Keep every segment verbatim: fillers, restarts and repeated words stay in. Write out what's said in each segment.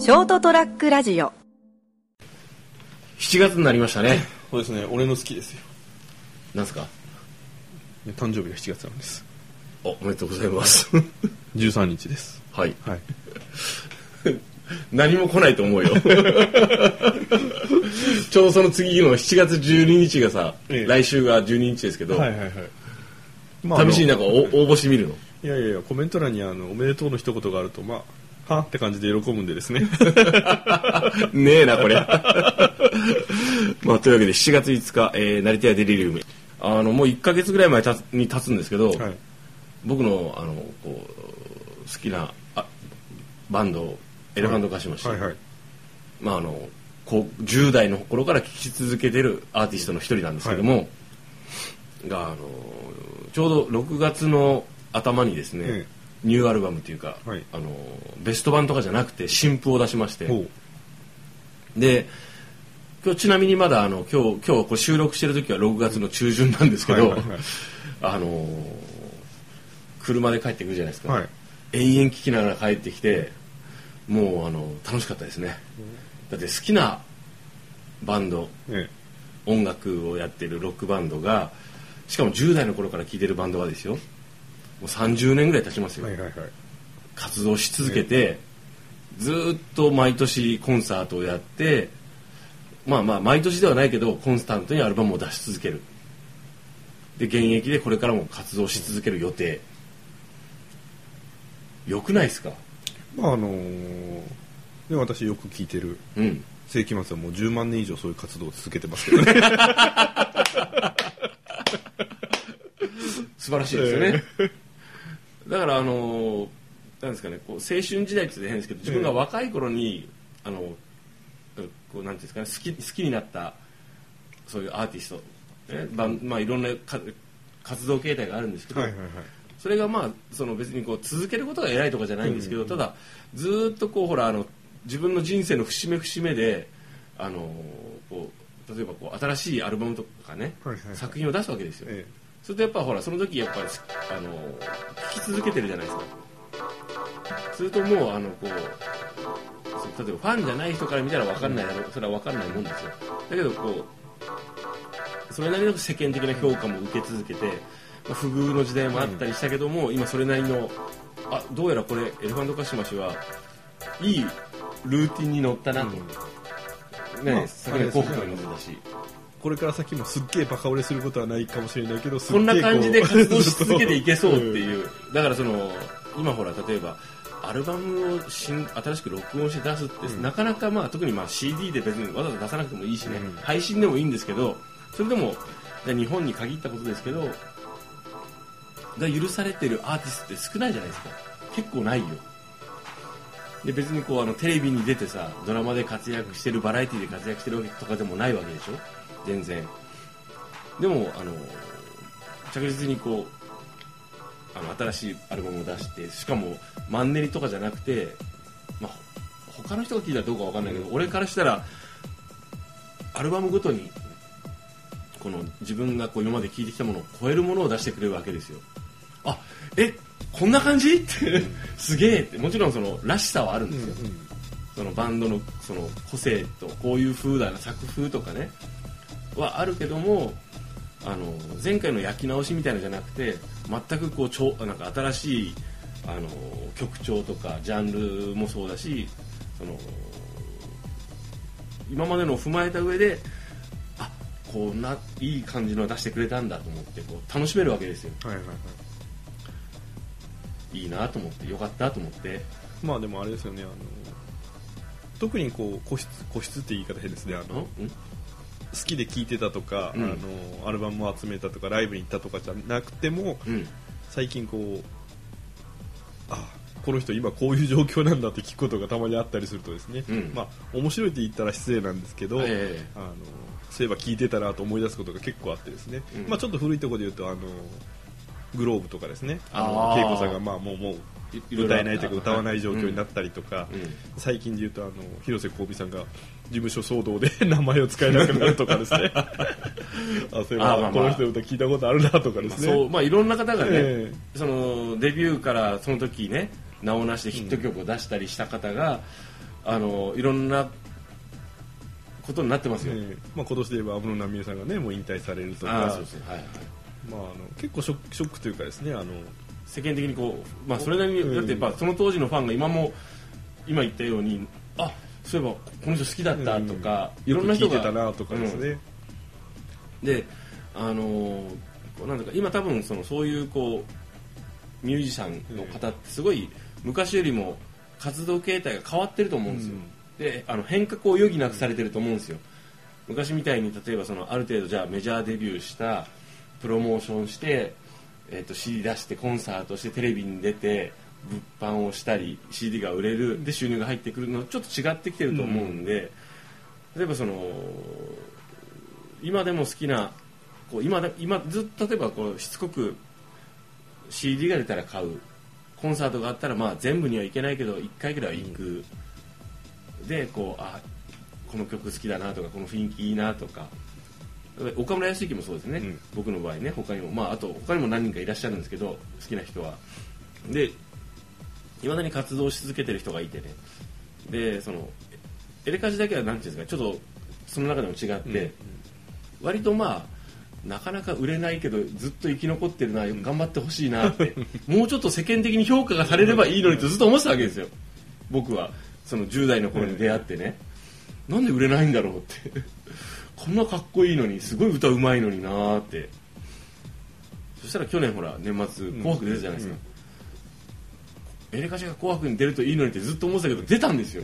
ショートトラックラジオ。 しちがつになりましたね。 そうですね、俺の好きですよ。 なんすか？ 誕生日がしちがつなんです。 お、おめでとうございますじゅうさんにちです。 はい、 はい、 何も来ないと思うよちょうどその次のしちがつじゅうににちがさ、ええ、来週がじゅうににちですけど、 はいはいはい、 まあ、試しになんか応募してみるの？ いやいやいや、コメント欄にあのおめでとうの一言があると、まあはって感じで喜ぶんでですねねえなこれまあ、というわけでしちがついつか、えー、成田屋デリリウム、あのもういっかげつぐらい前に経つんですけど、はい、僕の、あのこう好きなあバンドエレファントカシマシ、はいはいはい、まああのこうじゅう代の頃から聴き続けてるアーティストの一人なんですけども、はい、があのちょうどろくがつの頭にですね、うん、ニューアルバムというか、はい、あのベスト版とかじゃなくて新譜を出しまして、で今日ちなみにまだあの今日今日これ収録してる時はろくがつの中旬なんですけど、はいはいはい、あの車で帰ってくるじゃないですか、はい、延々聴きながら帰ってきて、もうあの楽しかったですね、うん、だって好きなバンド、うん、音楽をやってるロックバンドが、しかもじゅう代の頃から聴いてるバンドがですよ、もうさんじゅうねんぐらい経ちますよ、はいはいはい、活動し続けて、うん、ずっと毎年コンサートをやって、まあまあ毎年ではないけどコンスタントにアルバムを出し続ける、で現役でこれからも活動し続ける予定、よくないですか？ まああのー、で私よく聞いてる、うん、世紀末はもうじゅうまんねん以上そういう活動を続けてますけどね素晴らしいですよね、えー、だからあのー、なんですかね、こう青春時代って言って変ですけど、自分が若い頃に、えー、あのこうなんていうんですかね、好き、好きになったそういうアーティスト、ね、まあ、まあいろんな活動形態があるんですけど、はいはいはい、それがまあその別にこう続けることが偉いとかじゃないんですけど、うんうんうん、ただずっとこうほらあの自分の人生の節目節目であのこう例えばこう新しいアルバムとかね、はいはいはい、作品を出すわけですよ、ええ、それとやっぱほらその時やっぱりあの聴き続けてるじゃないですか。それともうあのこう例えばファンじゃない人から見たら分かんないだろう、それは分かんないもんですよ。だけどこうそれなりの世間的な評価も受け続けて、まあ、不遇の時代もあったりしたけども、うん、今それなりのあどうやらこれエレファントカシマシはいいルーティンに乗ったなと、うん、ね、まあ、先の候補が乗ってたし、 これから先もすっげえバカ売れすることはないかもしれないけど、 こんな感じで活動し続けていけそうっていうだからその今ほら例えばアルバムを新, 新しく録音して出すって、うん、なかなか、まあ、特にまあ シーディー で別にわざわざ出さなくてもいいしね、うん、配信でもいいんですけど、それでも日本に限ったことですけどが許されてるアーティストって少ないじゃないですか。結構ないよ。で別にこうあのテレビに出てさドラマで活躍してる、バラエティで活躍してるわけとかでもないわけでしょ、全然。でもあの着実にこうあの新しいアルバムを出して、しかもマンネリとかじゃなくて、まあ、他の人が聞いたらどうか分かんないけど、うん、俺からしたらアルバムごとにこの自分がこう今まで聴いてきたものを超えるものを出してくれるわけですよ。あ、え、こんな感じって、うん、すげえって。もちろんそのらしさはあるんですよ、うんうん、そのバンドのその個性とこういう風だな作風とかねはあるけども、あの前回の焼き直しみたいなのじゃなくて、全くこうちょなんか新しいあの曲調とかジャンルもそうだし、その今までのを踏まえた上で、あ、こんないい感じの出してくれたんだと思ってこう楽しめるわけですよ、はいはいはい、いいなと思って、よかったと思って。 まあでもあれですよね、あの特にこう個室個室って言い方変ですね、あの好きで聴いてたとか、うん、あのアルバムを集めたとかライブに行ったとかじゃなくても、うん、最近こうあこの人今こういう状況なんだって聞くことがたまにあったりするとですね、うん、まあ面白いって言ったら失礼なんですけど、えー、あのそういえば聞いてたなと思い出すことが結構あってですね、うん、まあ、ちょっと古いところで言うとあのグローブとかですね、あの恵子さんがまあもうもう歌えないというか歌わない状況になったりとか、うんうん、最近で言うとあの広瀬香美さんが事務所騒動で名前を使えなくなるとかですねあ、そういえば、まあまあ、この人の歌聞いたことあるなとかですね、 まあそう、まあ、いろんな方がね、えー、そのデビューからその時ね名を成してヒット曲を出したりした方が、 あのいろんなことになってますよ、えーまあ、今年で言えば安室奈美恵さんがねもう引退されるとか、あ、そうですね、はいはい、まあ、あの結構ショック、ショックというかですね、あの世間的にこう、まあ、それなりにだってやっぱその当時のファンが今も今言ったように、あ、そういえばこの人好きだったとか、 うん、いろんな人が聞いてたなとかですね、 うん、で、あのなんだか今多分そのそういうこうミュージシャンの方ってすごい昔よりも活動形態が変わってると思うんですよ、うん、であの変革を余儀なくされてると思うんですよ。昔みたいに例えばそのある程度じゃあメジャーデビューしたプロモーションして、えー、と シーディー 出してコンサートしてテレビに出て物販をしたり シーディー が売れるで収入が入ってくるのはちょっと違ってきてると思うんで、うん、例えばその今でも好きなこう 今, で今ずっと例えばこうしつこく シーディー が出たら買う、コンサートがあったらまあ全部には行けないけどいっかいぐらいは行く、うん、でこうあこの曲好きだなとかこの雰囲気いいなとか、岡村康之もそうですね、うん、僕の場合ね、他にもまああと他にも何人かいらっしゃるんですけど好きな人はでいまだに活動し続けてる人がいてね、でそのエレカジだけはなんていうんですかちょっとその中でも違って、うん、割とまあなかなか売れないけどずっと生き残ってるな、頑張ってほしいなってもうちょっと世間的に評価がされればいいのにとずっと思ってたわけですよ。僕はそのじゅう代の頃に出会ってね、なんで売れないんだろうってこんなかっこいいのにすごい歌うまいのになーって。そしたら去年ほら年末紅白出たじゃないですか、うんうん、エレカシが紅白に出るといいのにってずっと思ってたけど出たんですよ、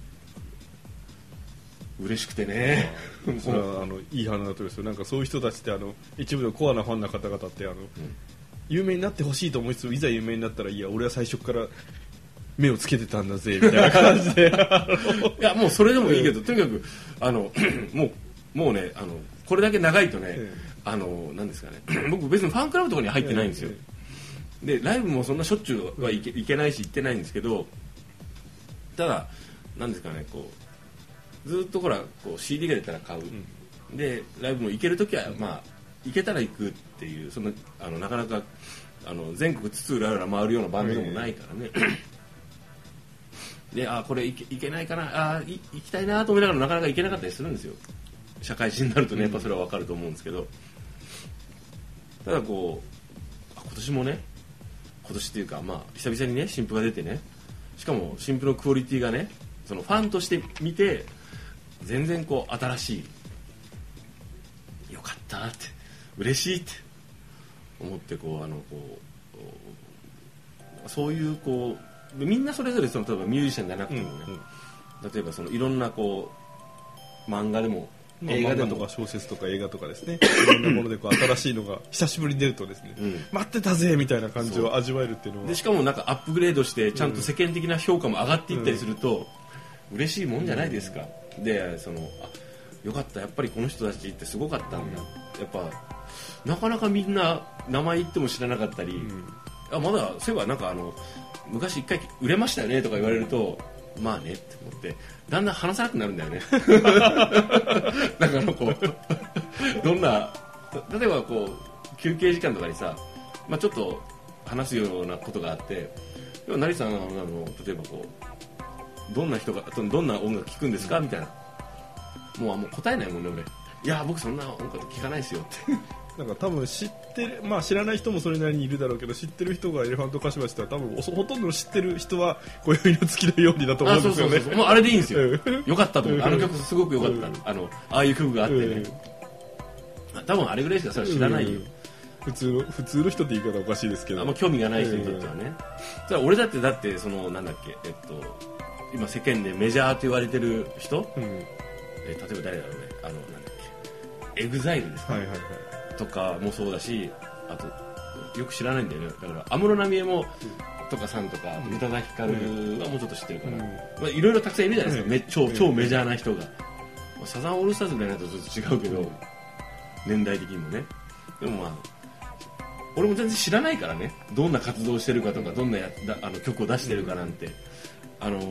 うん、嬉しくてねそれはあのいい話だとですよ。なんかそういう人たちってあの一部のコアなファンの方々ってあの、うん、有名になってほしいと思いつついざ有名になったらいや俺は最初から目をつけてたんだぜみたいな感じでいやもうそれでもいいけど、とにかくあのもうもうねあのこれだけ長いとね、ええ、あのなんですかね僕別にファンクラブとかには入ってないんですよ、ええ、でライブもそんなしょっちゅうはいけ、いけないし行ってないんですけど、ただなんですかねこうずっとほらこう シーディー が出たら買う、うん、でライブも行けるときはまあ行けたら行くっていうそんなあのなかなかあの全国津々浦々回るようなバンドでもないからね、ええ、であこれ行け、行けないかなあ行きたいなと思いながらなかなか行けなかったりするんですよ。社会人になるとねやっぱそれは分かると思うんですけど、ただこう今年もね今年っていうかまあ久々にね新譜が出てね、しかも新譜のクオリティがねそのファンとして見て全然こう新しい、よかったって嬉しいって思ってこうあのこうそういうこうみんなそれぞれその例えばミュージシャンじゃなくてもね、うんうん、例えばそのいろんなこう漫画でも映画でもとか小説とか映画とかですねいろんなものでこう新しいのが久しぶりに出るとですね、うん、待ってたぜみたいな感じを味わえるっていうのはでしかもなんかアップグレードしてちゃんと世間的な評価も上がっていったりすると、うん、嬉しいもんじゃないですか、うん、でそのあよかったやっぱりこの人たちってすごかったんだ、やっぱなかなかみんな名前言っても知らなかったり、うん、あまだそういえばなんかあの昔一回売れましたよねとか言われるとまあねって思ってだんだん話さなくなるんだよねだからこうどんな例えばこう休憩時間とかにさ、まあ、ちょっと話すようなことがあってでも成さんあの例えばこうどんな人がどんな音楽聴くんですかみたいなもう、もう答えないもんね俺。いや僕そんな音楽聴かないですよってなんか多分知ってる、まあ知らない人もそれなりにいるだろうけど知ってる人がエレファントカシマシって多分ほとんどの知ってる人は今宵の月のようにだと思うんですよね。あ、そうそうそうそう、もうあれでいいんですよよかったと思う、あの曲すごくよかった、あのああいう曲があってね、多分あれぐらいしかそれは知らないよ、 普通の普通の人って言い方おかしいですけど、 あんま興味がない人にとってはね、それは俺だってだってそのなんだっけえっと今世間でメジャーと言われてる人、うん、え例えば誰だろうね、あのなんだっけエグザイルですか、はいはいはいとかもそうだし、あとよく知らないんだよね。だから安室奈美恵も、うん、とかさんとか宇多田ヒカルはもうちょっと知ってるから、うんまあ、いろいろたくさんいるじゃないですか、うん、め超超メジャーな人が、まあ、サザンオールスターズみたいなのとちょっと違うけど、うん、年代的にもね。でもまあ俺も全然知らないからね、どんな活動してるかとかどんなやだあの曲を出してるかなんて、あの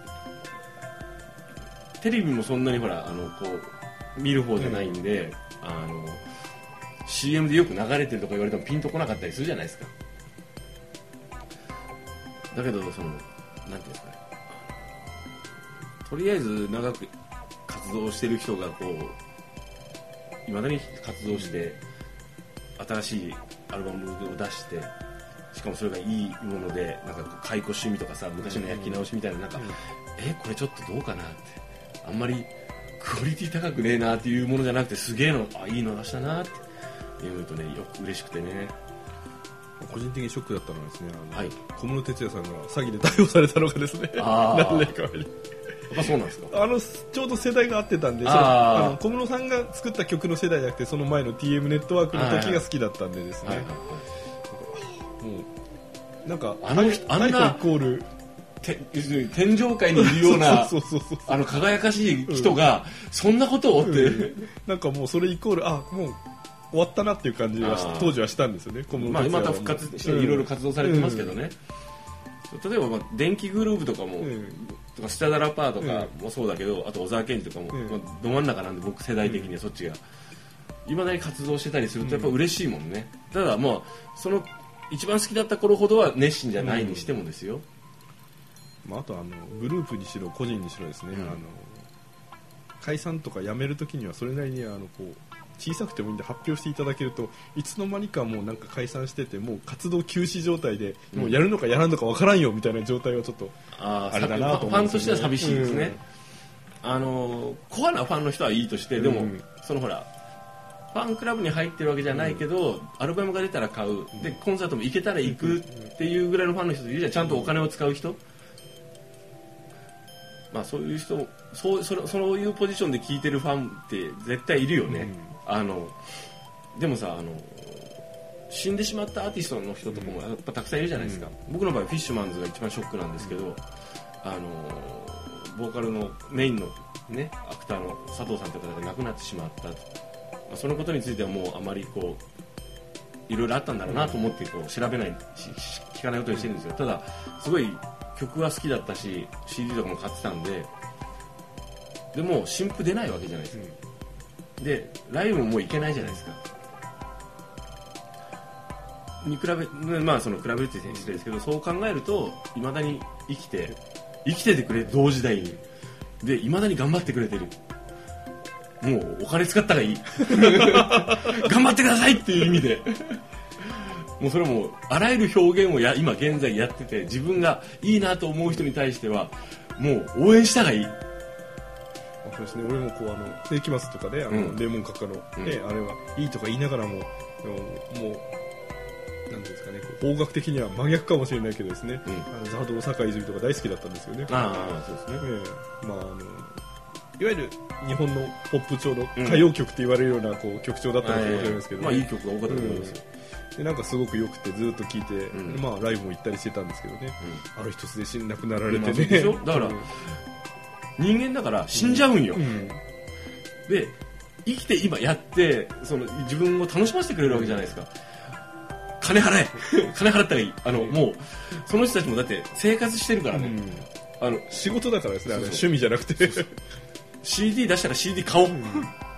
テレビもそんなにほらあのこう見る方じゃないんで、うん、あのシーエム でよく流れてるとか言われてもピンとこなかったりするじゃないですか。だけどそのなんていうんですかね、 とりあえず長く活動してる人がこういまだに活動して、うん、新しいアルバムを出して、しかもそれがいいものでなんか解雇趣味とかさ、昔の焼き直しみたいな、なんか、うん、えこれちょっとどうかなって、あんまりクオリティ高くねえなっていうものじゃなくて、すげえの、あいいの出したなって言うとね、よく嬉しくてね。 個人的にショックだったのはですね、あの、 はい、 小室哲哉さんが詐欺で逮捕されたのがですね、何年か前に。 あ、そうなんですか。 あのちょうど世代が合ってたんで、ああの小室さんが作った曲の世代じゃなくて、その前の ティーエム ネットワークの時が好きだったんでですね、もうなんかあの人、あんなイコール天上界にいるようなあの輝かしい人が、うん、そんなことをって、うん、 なんかもうそれイコール、あもう終わったなっていう感じは当時はしたんですよね。 まあ、また復活していろいろ活動されてますけどね、うん、例えば、まあ、電気グループとかも、うん、とかスタダラパーとかもそうだけど、うん、あと小沢健二とかも、うんまあ、ど真ん中なんで僕世代的にはそっちがいまだに活動してたりするとやっぱ嬉しいもんね、うん、ただもうその一番好きだった頃ほどは熱心じゃないにしてもですよ、 うんまあ、あとあのグループにしろ個人にしろですね、うん、あの解散とか辞めるときにはそれなりにあのこう小さくてもいいんで発表していただけると、いつの間にかもうなんか解散してて、もう活動休止状態で、うん、もうやるのかやらんのかわからんよみたいな状態はちょっとあれだなと思うんですよね。 ファンとしては寂しいですね、うん、あのコアなファンの人はいいとして、でも、うん、そのほらファンクラブに入ってるわけじゃないけど、うん、アルバムが出たら買う、でコンサートも行けたら行くっていうぐらいのファンの人いるじゃん、ちゃんとお金を使う人、まあ、そういう人そうそれそういうポジションで聴いてるファンって絶対いるよね、うん、あのでもさあの死んでしまったアーティストの人とかもやっぱたくさんいるじゃないですか、うん、僕の場合フィッシュマンズが一番ショックなんですけど、うん、あのボーカルのメインの、ね、アクターの佐藤さんという方が亡くなってしまったと、まあ、そのことについてはもうあまりこういろいろあったんだろうなと思ってこう調べないし聞かないことにしてるんですよ。ただすごい曲は好きだったし シーディー とかも買ってたんで、でも新譜出ないわけじゃないですか、うん、でライブももう行けないじゃないですか。に比べまあその比べるって言って失礼ですけど、そう考えるといまだに生きて生きててくれ、同時代にでいまだに頑張ってくれてる、もうお金使ったらいい頑張ってくださいっていう意味でもうそれもあらゆる表現をや今現在やってて、自分がいいなと思う人に対してはもう応援したがいい。 そうですね、俺もこうあの世紀末とかで、ね、あの、うん、デーモン閣下の、ねうん、あれはいいとか言いながらも、もうなんですかね、こう方角的には真逆かもしれないけどですね、うん、あのザードの坂井泉とか大好きだったんですよね。 ああそうですね、 えーまあ、あのいわゆる日本のポップ調の歌謡曲って言われるようなこう曲調だったのかもしれないですけど、 ね、まあいい曲が多かったと思いますよ、 うん、でなんかすごく良くてずっと聴いて、うん、まあ、ライブも行ったりしてたんですけどね、うん、ある一つで死んなくなられてね、まあ、そうでしょだから、うん、 人間だから死んじゃうんよ、うんうん、で生きて今やってその自分を楽しませてくれるわけじゃないですか。金払え金払ったらいい。あの、うん、もうその人たちもだって生活してるからね、 うん、あの仕事だからですね、あれ趣味じゃなくてそうそうシーディー 出したら シーディー 買おう、うん、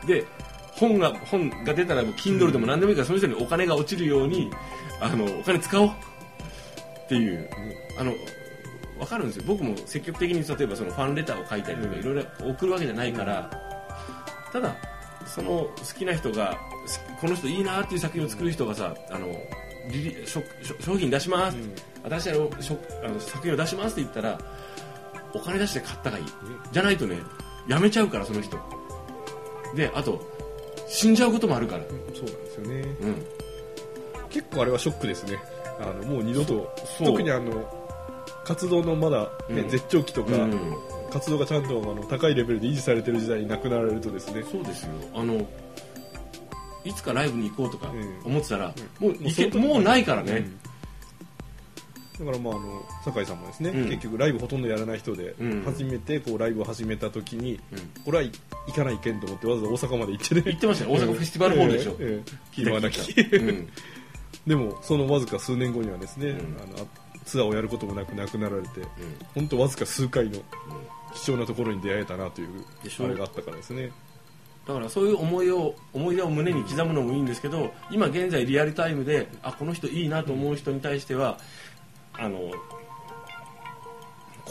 で本が本が出たらもう Kindle でも何でもいいから、その人にお金が落ちるようにあのお金使おうっていう、うん、あの分かるんですよ。僕も積極的に例えばそのファンレターを書いたりとかいろいろ送るわけじゃないから、うん、ただその好きな人がこの人いいなっていう作品を作る人がさ、あのリリ商品出します、うん、私はあの作品を出しますって言ったらお金出して買ったがいい、じゃないとねやめちゃうからその人で、あと死んじゃうこともあるから、うん、 そうなんですよね、うん、結構あれはショックですね。あのもう二度と特にあの活動のまだ、ねうん、絶頂期とか、うん、活動がちゃんとあの高いレベルで維持されてる時代に亡くなられるとですね、 そうですよ、あのいつかライブに行こうとか思ってたら、うん、もう行けもうないからね、 うん、だからまああの酒井さんもですね、うん、結局ライブほとんどやらない人で、うん、初めてこうライブを始めた時に、うん、これは行かないけんと思ってわざわざ大阪まで行ってね行ってましたね、大阪フェスティバルホールでしょ、えーえー、聞いた聞いた、うん、でもそのわずか数年後にはですね、うん、あのツアーをやることもなく亡くなられて、うん、本当わずか数回の貴重なところに出会えたなというあれがあったからですね。 だからそういう思いを思い出を胸に刻むのもいいんですけど、今現在リアルタイムであこの人いいなと思う人に対してはあの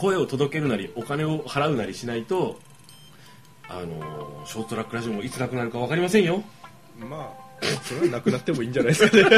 声を届けるなりお金を払うなりしないと、あのショートトラックラジオもいつなくなるか分かりませんよ。 まあそれはなくなってもいいんじゃないですかね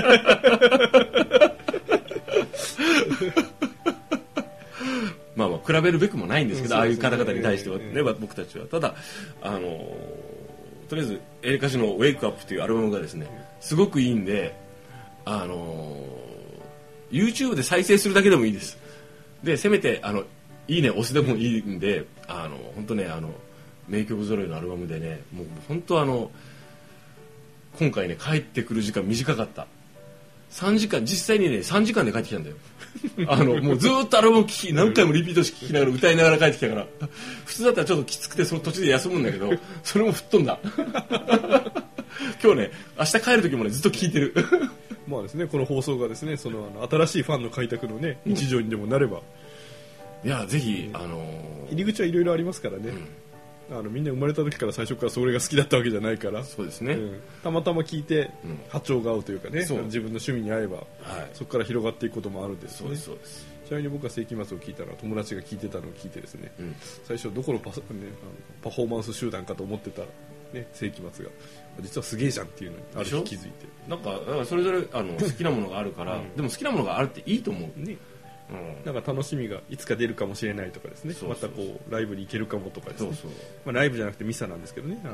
まあまあ比べるべくもないんですけど、うん、ああいう方々に対してはね、 えー、 僕たちはただあのとりあえずエレカシのウェイクアップというアルバムがですねすごくいいんで、あの YouTube で再生するだけでもいいです。でせめてあのいいね押すでもいいんで、あの本当ね、あの名曲揃いのアルバムでね、もう本当あの今回ね帰ってくる時間短かった。さんじかん、実際にねさんじかんで帰ってきたんだよあのもうずっとアルバム聴き、何回もリピートして聴きながら歌いながら帰ってきたから、普通だったらちょっときつくてその途中で休むんだけど、それも吹っ飛んだ今日ね明日帰る時もねずっと聴いてるまあですね、この放送がですね、そのあの新しいファンの開拓のね一助にでもなれば、 いやぜひ、あのー、 入り口はいろいろありますからね、うん、あのみんな生まれた時から最初からそれが好きだったわけじゃないから、 そうですね、うん、 たまたま聞いて、うん、波長が合うというかね、 そう自分の趣味に合えば、はい、そこから広がっていくこともあるんですよね。 そうです、 ちなみに僕は世紀末を聞いたら友達が聞いてたのを聞いてですね、うん、最初どこの パ, ね、あのパフォーマンス集団かと思ってた、ね、世紀末が実はすげえじゃんっていうのにある日気づいて、 なんかだからそれぞれあの好きなものがあるから、うん、でも好きなものがあるっていいと思うね。 うん、なんか楽しみがいつか出るかもしれないとかですね、そうそうそう、またこうライブに行けるかもとかですね、そうそう、まあ、ライブじゃなくてミサなんですけどね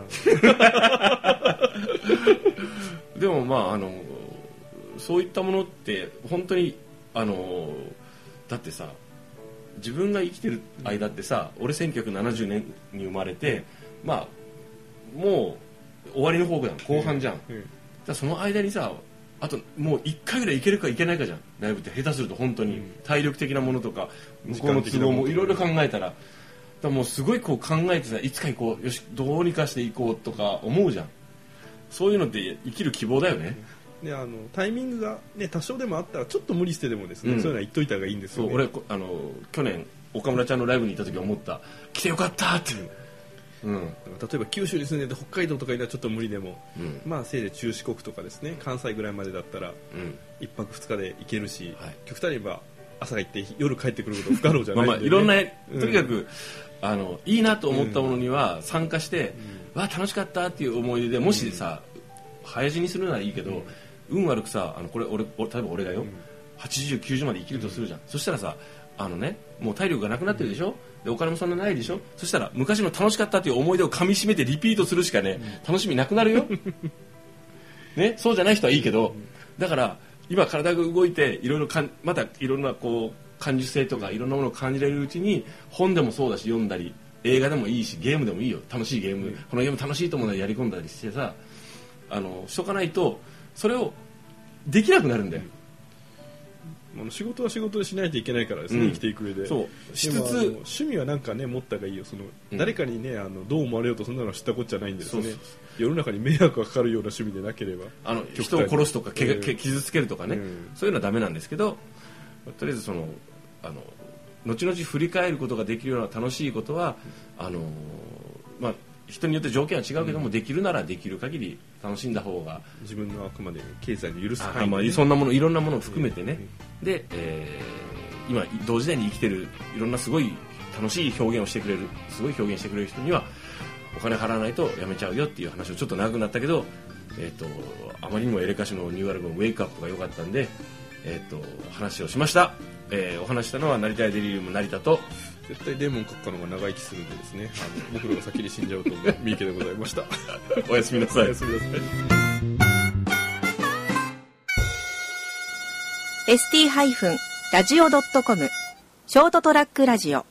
でもまああのそういったものって本当にあのだってさ、自分が生きてる間ってさ、俺せんきゅうひゃくななじゅうねんに生まれて、まあもう終わりの方じゃん、後半じゃん、うんうん、だその間にさ、あともういっかいぐらい行けるか行けないかじゃん、ライブって下手すると本当に、うん、体力的なものとか向こうの都合もいろいろ考えたら、だからもうすごいこう考えてさ、いつか行こう、よしどうにかして行こうとか思うじゃん。そういうのって生きる希望だよね。 であのタイミングが、ね、多少でもあったらちょっと無理してでもですね、うん、そういうのは言っといた方がいいんですよね。 そう、俺あの去年岡村ちゃんのライブに行った時思った、来てよかったって、うん、 例えば九州に住んでて北海道とかにはちょっと無理でも、うん、まあせいで中四国とかですね、関西ぐらいまでだったらいっぱくふつかで行けるし、はい、極端に言えば朝行って夜帰ってくること不可能じゃないんで、ね、まあまあいろんなとにかく、うん、あのいいなと思ったものには参加して、うん、わ楽しかったっていう思い出で、もしさ、うん、早死にするならいいけど、うん運悪くさ、あのこれ俺例えば俺がよ、うん、はちじゅうきゅうじゅうまで生きるとするじゃん、うん、そしたらさ、あのねもう体力がなくなってるでしょ、でお金もそんなないでしょ、そしたら昔の楽しかったっていう思い出を噛み締めてリピートするしかね、うん、楽しみなくなるよね、そうじゃない人はいいけど、だから今体が動いていろいろかんまたいろんなこう感受性とかいろんなものを感じられるうちに、本でもそうだし読んだり映画でもいいしゲームでもいいよ、楽しいゲーム、うん、このゲーム楽しいと思うのでやり込んだりしてさ、あのしとかないとそれをできなくなるんだよ。 うん、仕事は仕事でしないといけないからですね、うん、生きていく上で。 そうしつつ趣味はなんかね持った方がいいよ。その、うん、誰かにねあのどう思われようとそんなの知ったこっちゃないんですね。そうそうそう、世の中に迷惑がかかるような趣味でなければ、 あの人を殺すとか、えー、傷つけるとかね、うん、そういうのはダメなんですけど、とりあえずそのあの後々振り返ることができるような楽しいことは、うん、あのまあ人によって条件は違うけども、うん、できるならできる限り楽しんだ方が自分のあくまで経済の許す範囲、ね、まあ、そんなものいろんなものを含めてね、うん、で、えー、今同時代に生きてるいろんなすごい楽しい表現をしてくれるすごい表現してくれる人にはお金払わないとやめちゃうよっていう話をちょっと長くなったけど、えー、とあまりにもエレカシのニューアルバムウェイクアップが良かったんで、えー、と話をしました。えー、お話したのは成田デリリウム成田と、 絶対デーモン閣下の方が長生きするんでですね、あの僕らが先に死んじゃうと思う三池でございましたおやすみなさい。 おやすみなさい。 エスティー ラジオ ドットコム ショートトラックラジオ